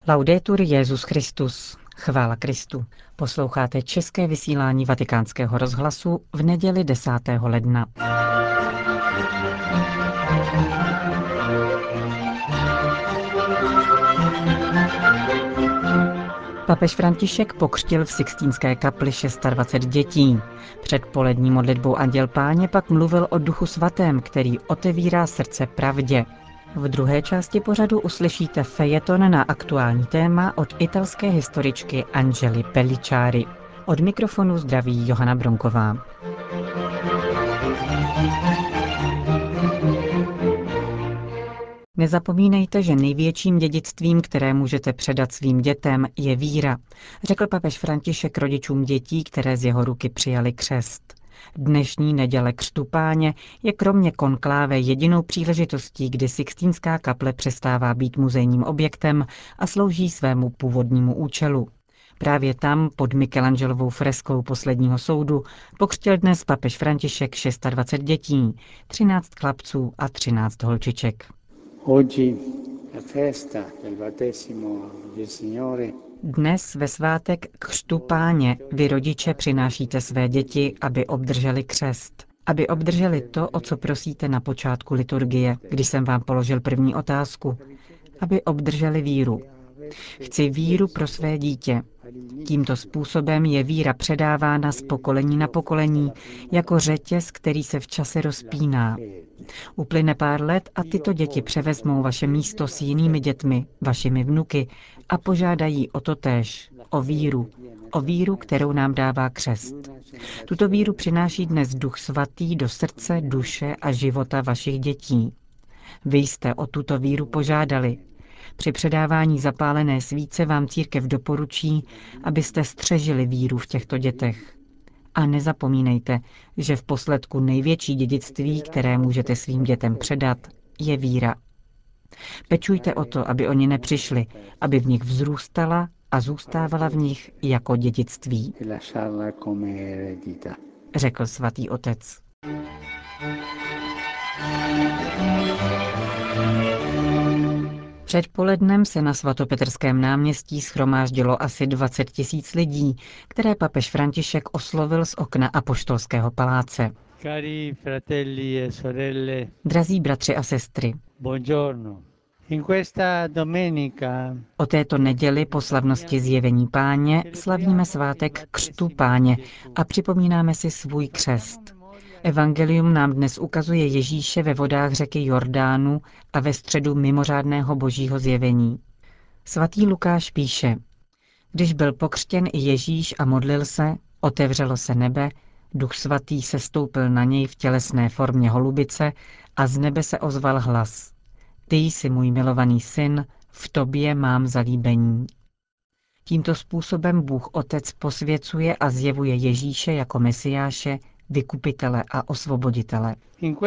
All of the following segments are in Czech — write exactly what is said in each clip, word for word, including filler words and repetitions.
Laudetur Jesus Christus. Chvála Kristu. Posloucháte české vysílání Vatikánského rozhlasu v neděli desátého ledna. Papež František pokřtil v Sixtínské kapli dvacet šest dětí. Před polední modlitbou Anděl Páně pak mluvil o Duchu svatém, který otevírá srdce pravdě. V druhé části pořadu uslyšíte fejeton na aktuální téma od italské historičky Angely Pellicciari. Od mikrofonu zdraví Johana Bronková. Nezapomínejte, že největším dědictvím, které můžete předat svým dětem, je víra, řekl papež František rodičům dětí, které z jeho ruky přijali křest. Dnešní neděle Křtu Páně je kromě konkláve jedinou příležitostí, kdy Sixtínská kaple přestává být muzejním objektem a slouží svému původnímu účelu. Právě tam, pod Michelangelovou freskou Posledního soudu, pokřtil dnes papež František dvacet šest dětí, třináct chlapců a třináct holčiček. Dnes ve svátek Křtu Páně vy rodiče přinášíte své děti, aby obdrželi křest. Aby obdrželi to, o co prosíte na počátku liturgie, když jsem vám položil první otázku. Aby obdrželi víru. Chci víru pro své dítě. Tímto způsobem je víra předávána z pokolení na pokolení, jako řetěz, který se v čase rozpíná. Uplyne pár let a tyto děti převezmou vaše místo s jinými dětmi, vašimi vnuky, a požádají o totéž, o víru, o víru, kterou nám dává křest. Tuto víru přináší dnes Duch Svatý do srdce, duše a života vašich dětí. Vy jste o tuto víru požádali. Při předávání zapálené svíce vám církev doporučí, abyste střežili víru v těchto dětech. A nezapomínejte, že v posledku největší dědictví, které můžete svým dětem předat, je víra. Pečujte o to, aby oni nepřišli, aby v nich vzrůstala a zůstávala v nich jako dědictví, řekl svatý otec. Před polednem se na svatopetrském náměstí shromáždilo asi dvacet tisíc lidí, které papež František oslovil z okna apoštolského paláce. Cari fratelli e sorelle, Drazí bratři a sestry, buongiorno. In questa domenica o této neděli po slavnosti Zjevení Páně slavíme svátek Křtu Páně a připomínáme si svůj křest. Evangelium nám dnes ukazuje Ježíše ve vodách řeky Jordánu a ve středu mimořádného božího zjevení. Svatý Lukáš píše: Když byl pokřtěn i Ježíš a modlil se, otevřelo se nebe, Duch Svatý sestoupil na něj v tělesné formě holubice a z nebe se ozval hlas: Ty jsi můj milovaný syn, v tobě mám zalíbení. Tímto způsobem Bůh Otec posvěcuje a zjevuje Ježíše jako Mesiáše, vykupitele a osvoboditele.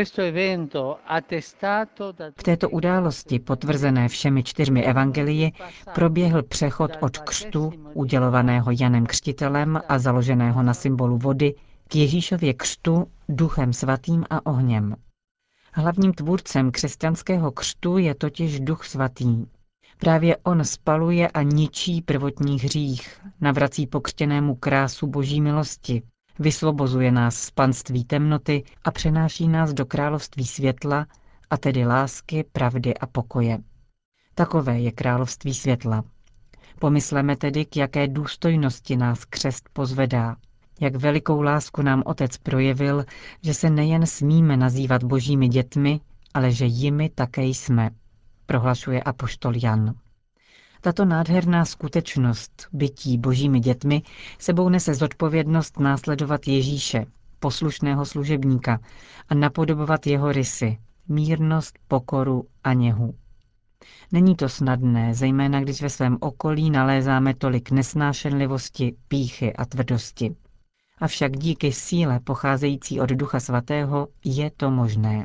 V této události, potvrzené všemi čtyřmi evangelii, proběhl přechod od křtu, udělovaného Janem Křtitelem a založeného na symbolu vody, k Ježíšově křtu Duchem Svatým a ohněm. Hlavním tvůrcem křesťanského křtu je totiž Duch Svatý. Právě on spaluje a ničí prvotní hřích, navrací pokřtěnému krásu boží milosti, vysvobozuje nás z panství temnoty a přenáší nás do království světla, a tedy lásky, pravdy a pokoje. Takové je království světla. Pomysleme tedy, k jaké důstojnosti nás křest pozvedá. Jak velikou lásku nám Otec projevil, že se nejen smíme nazývat božími dětmi, ale že jimi také jsme, prohlašuje apoštol Jan. Tato nádherná skutečnost bytí božími dětmi sebou nese zodpovědnost následovat Ježíše, poslušného služebníka, a napodobovat jeho rysy, mírnost, pokoru a něhu. Není to snadné, zejména když ve svém okolí nalézáme tolik nesnášenlivosti, pýchy a tvrdosti. Avšak díky síle pocházející od Ducha Svatého je to možné.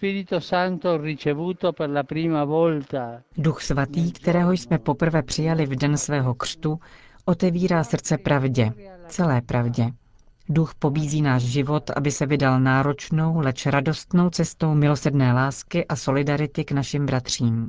Duch Svatý, kterého jsme poprvé přijali v den svého křtu, otevírá srdce pravdě, celé pravdě. Duch pobízí náš život, aby se vydal náročnou, leč radostnou cestou milosrdné lásky a solidarity k našim bratřím.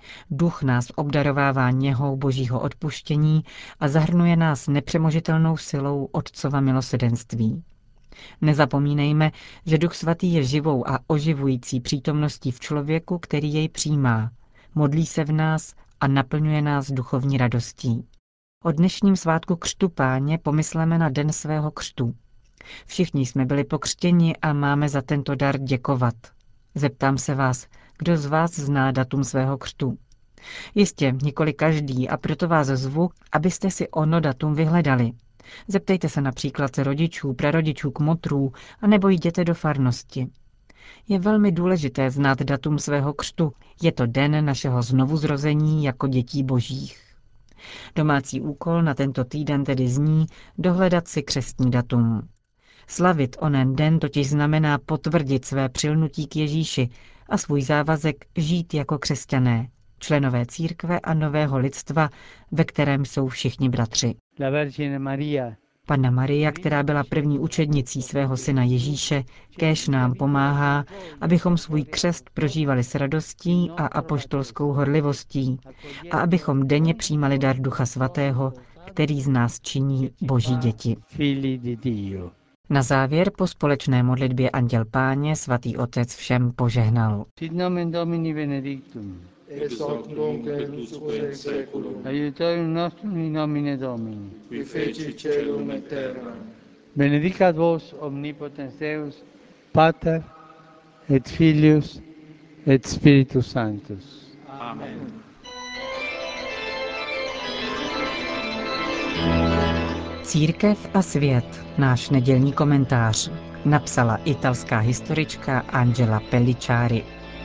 Duch nás obdarovává něhou božího odpuštění a zahrnuje nás nepřemožitelnou silou Otcova milosedenství. Nezapomínejme, že Duch Svatý je živou a oživující přítomností v člověku, který jej přijímá, modlí se v nás a naplňuje nás duchovní radostí. O dnešním svátku Křtu Páně pomysleme na den svého křtu. Všichni jsme byli pokřtěni a máme za tento dar děkovat. Zeptám se vás, kdo z vás zná datum svého křtu? Jistě, nikoli každý, a proto vás zvu, abyste si ono datum vyhledali. Zeptejte se například rodičů, prarodičů, kmotrů, anebo jděte do farnosti. Je velmi důležité znát datum svého křtu. Je to den našeho znovuzrození jako dětí božích. Domácí úkol na tento týden tedy zní dohledat si křestní datum. Slavit onen den totiž znamená potvrdit své přilnutí k Ježíši a svůj závazek žít jako křesťané, členové církve a nového lidstva, ve kterém jsou všichni bratři. Panna Maria, která byla první učednicí svého syna Ježíše, kéž nám pomáhá, abychom svůj křest prožívali s radostí a apoštolskou horlivostí a abychom denně přijímali dar Ducha Svatého, který z nás činí Boží děti. Na závěr po společné modlitbě Anděl Páně svatý Otec všem požehnal. Sit nomen Domini benedictum. Ex hoc nunc et usque in saeculum. Aiutorium nostrum in nomine Domini. Qui feci caelum et terram. Benedicat vos omnipotens Deus, Pater et Filius et Spiritus Sanctus. Amen. Církev a svět, náš nedělní komentář, napsala italská historička Angela Pellicciari.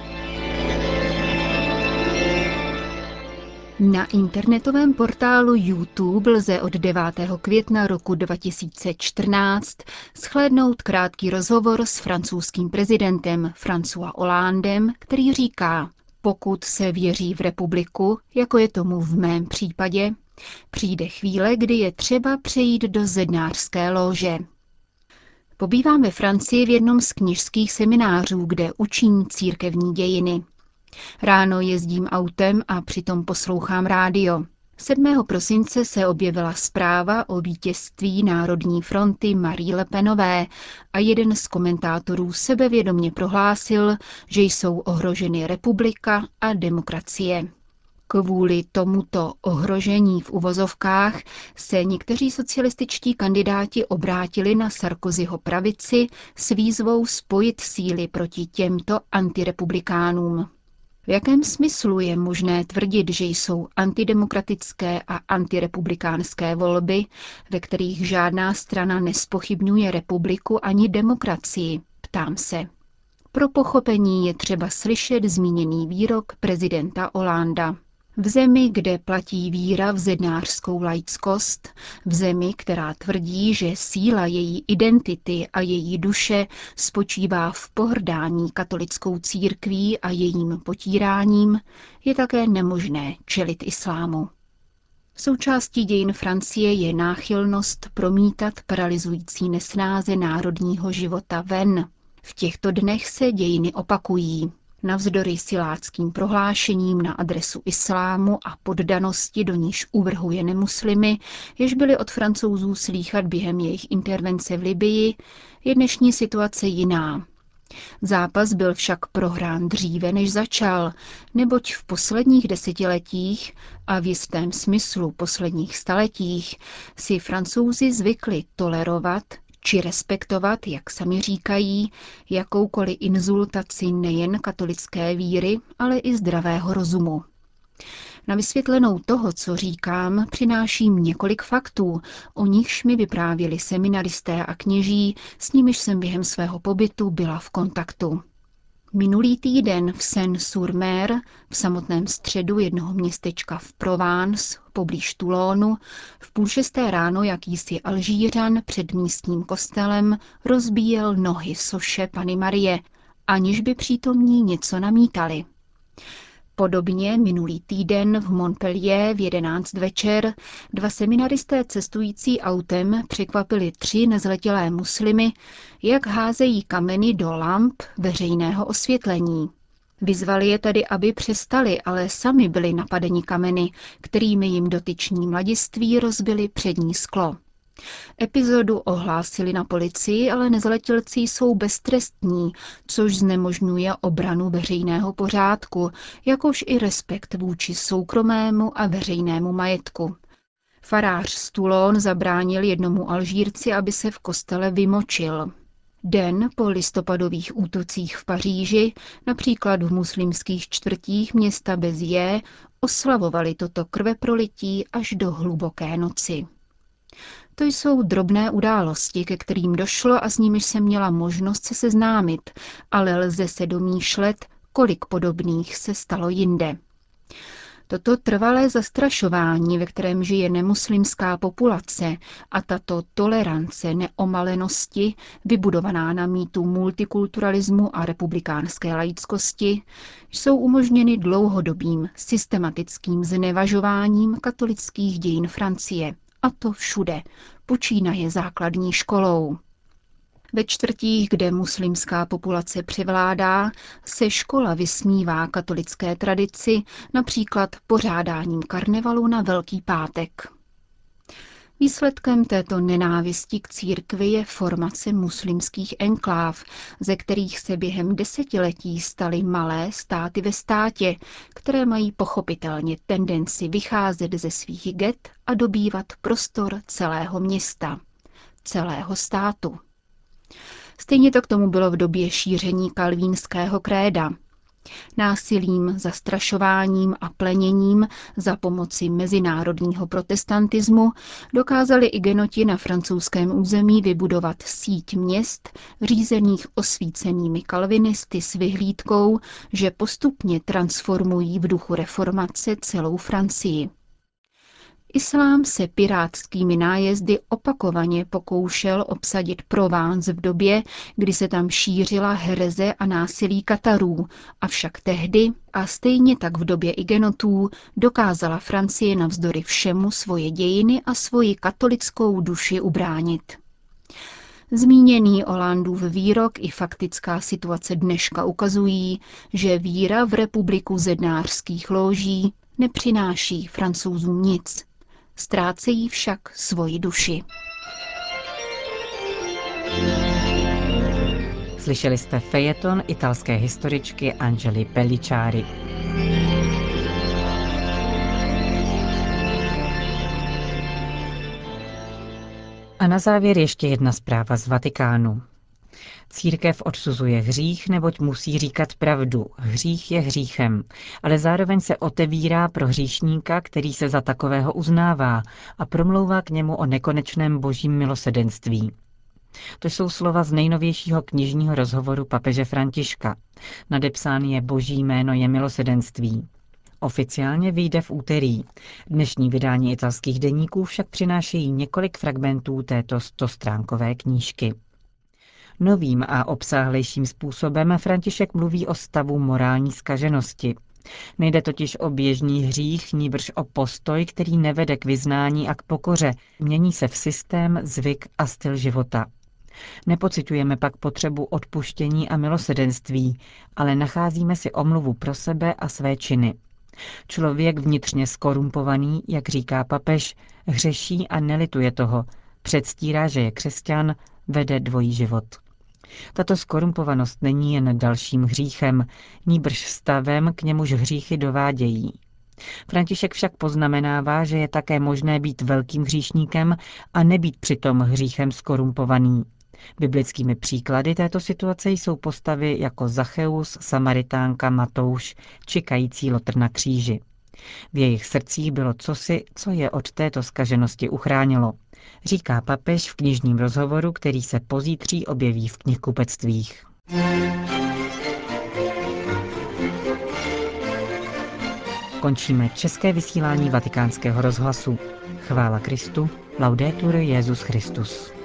Na internetovém portálu YouTube lze od devátého května roku dva tisíce čtrnáct shlédnout krátký rozhovor s francouzským prezidentem François Hollandem, který říká: pokud se věří v republiku, jako je tomu v mém případě, přijde chvíle, kdy je třeba přejít do zednářské lóže. Pobývám ve Francii v jednom z kněžských seminářů, kde učím církevní dějiny. Ráno jezdím autem a přitom poslouchám rádio. sedmého prosince se objevila zpráva o vítězství Národní fronty Marie Le Penové a jeden z komentátorů sebevědomě prohlásil, že jsou ohroženy republika a demokracie. Kvůli tomuto ohrožení v uvozovkách se někteří socialističtí kandidáti obrátili na Sarkozyho pravici s výzvou spojit síly proti těmto antirepublikánům. V jakém smyslu je možné tvrdit, že jsou antidemokratické a antirepublikánské volby, ve kterých žádná strana nespochybňuje republiku ani demokracii? Ptám se. Pro pochopení je třeba slyšet zmíněný výrok prezidenta Hollanda. V zemi, kde platí víra v zednářskou laickost, v zemi, která tvrdí, že síla její identity a její duše spočívá v pohrdání katolickou církví a jejím potíráním, je také nemožné čelit islámu. Součástí dějin Francie je náchylnost promítat paralyzující nesnáze národního života ven. V těchto dnech se dějiny opakují. Navzdory siláckým prohlášením na adresu islámu a poddanosti, do níž uvrhuje nemuslimy, jež byly od Francouzů slýchat během jejich intervence v Libyi, je dnešní situace jiná. Zápas byl však prohrán dříve, než začal, neboť v posledních desetiletích a v jistém smyslu posledních staletích si Francouzi zvykli tolerovat či respektovat, jak sami říkají, jakoukoliv inzultaci nejen katolické víry, ale i zdravého rozumu. Na vysvětlenou toho, co říkám, přináším několik faktů, o nichž mi vyprávěli seminaristé a kněží, s nimiž jsem během svého pobytu byla v kontaktu. Minulý týden v Seine-sur-Mer, v samotném středu jednoho městečka v Provence, poblíž Toulonu, v půl šesté ráno jakýsi Alžířan před místním kostelem rozbíjel nohy soše Panny Marie, aniž by přítomní něco namítali. Podobně minulý týden v Montpellier v jedenáct večer dva seminaristé cestující autem překvapili tři nezletilé muslimy, jak házejí kameny do lamp veřejného osvětlení. Vyzvali je tedy, aby přestali, ale sami byli napadeni kameny, kterými jim dotyční mladiství rozbili přední sklo. Epizodu ohlásili na policii, ale nezletilci jsou beztrestní, což znemožňuje obranu veřejného pořádku, jakož i respekt vůči soukromému a veřejnému majetku. Farář z Toulon zabránil jednomu Alžírci, aby se v kostele vymočil. Den po listopadových útocích v Paříži, například v muslimských čtvrtích města Béziers, oslavovali toto krveprolití až do hluboké noci. To jsou drobné události, ke kterým došlo a s nimiž jsem měla možnost se seznámit, ale lze se domýšlet, kolik podobných se stalo jinde. Toto trvalé zastrašování, ve kterém žije nemuslimská populace, a tato tolerance neomalenosti, vybudovaná na mýtu multikulturalismu a republikánské laickosti, jsou umožněny dlouhodobým systematickým znevažováním katolických dějin Francie. A to všude, počínaje základní školou. Ve čtvrtích, kde muslimská populace převládá, se škola vysmívá katolické tradici, například pořádáním karnevalu na Velký pátek. Výsledkem této nenávisti k církvi je formace muslimských enkláv, ze kterých se během desetiletí staly malé státy ve státě, které mají pochopitelně tendenci vycházet ze svých get a dobývat prostor celého města, celého státu. Stejně tak tomu bylo v době šíření kalvínského kréda. Násilím, zastrašováním a pleněním za pomoci mezinárodního protestantismu dokázali igenoti na francouzském území vybudovat síť měst, řízených osvícenými kalvinisty s vyhlídkou, že postupně transformují v duchu reformace celou Francii. Islám se pirátskými nájezdy opakovaně pokoušel obsadit Provence v době, kdy se tam šířila hereze a násilí Katarů, avšak tehdy, a stejně tak v době igenotů, dokázala Francie navzdory všemu svoje dějiny a svoji katolickou duši ubránit. Zmíněný Hollandův výrok i faktická situace dneška ukazují, že víra v republiku zednářských lóží nepřináší Francouzům nic. Ztrácejí však svoji duši. Slyšeli jste fejeton italské historičky Angely Pellicciari. A na závěr ještě jedna zpráva z Vatikánu. Církev odsuzuje hřích, neboť musí říkat pravdu. Hřích je hříchem, ale zároveň se otevírá pro hříšníka, který se za takového uznává a promlouvá k němu o nekonečném božím milosedenství. To jsou slova z nejnovějšího knižního rozhovoru papeže Františka. Nadepsán je Boží jméno je milosedenství. Oficiálně vyjde v úterý. Dnešní vydání italských deníků však přinášejí několik fragmentů této stostránkové knížky. Novým a obsáhlejším způsobem František mluví o stavu morální zkaženosti. Nejde totiž o běžný hřích, nýbrž o postoj, který nevede k vyznání a k pokoře, mění se v systém, zvyk a styl života. Nepociťujeme pak potřebu odpuštění a milosedenství, ale nacházíme si omluvu pro sebe a své činy. Člověk vnitřně skorumpovaný, jak říká papež, hřeší a nelituje toho, předstírá, že je křesťan, vede dvojí život. Tato skorumpovanost není jen dalším hříchem, nýbrž stavem, k němuž hříchy dovádějí. František však poznamenává, že je také možné být velkým hříšníkem a nebýt přitom hříchem skorumpovaný. Biblickými příklady této situace jsou postavy jako Zacheus, Samaritánka, Matouš či kající Lotr na kříži. V jejich srdcích bylo cosi, co je od této zkaženosti uchránilo, říká papež v knižním rozhovoru, který se pozítří objeví v knihkupectvích. Končíme české vysílání Vatikánského rozhlasu. Chvála Kristu, laudetur Jesus Christus.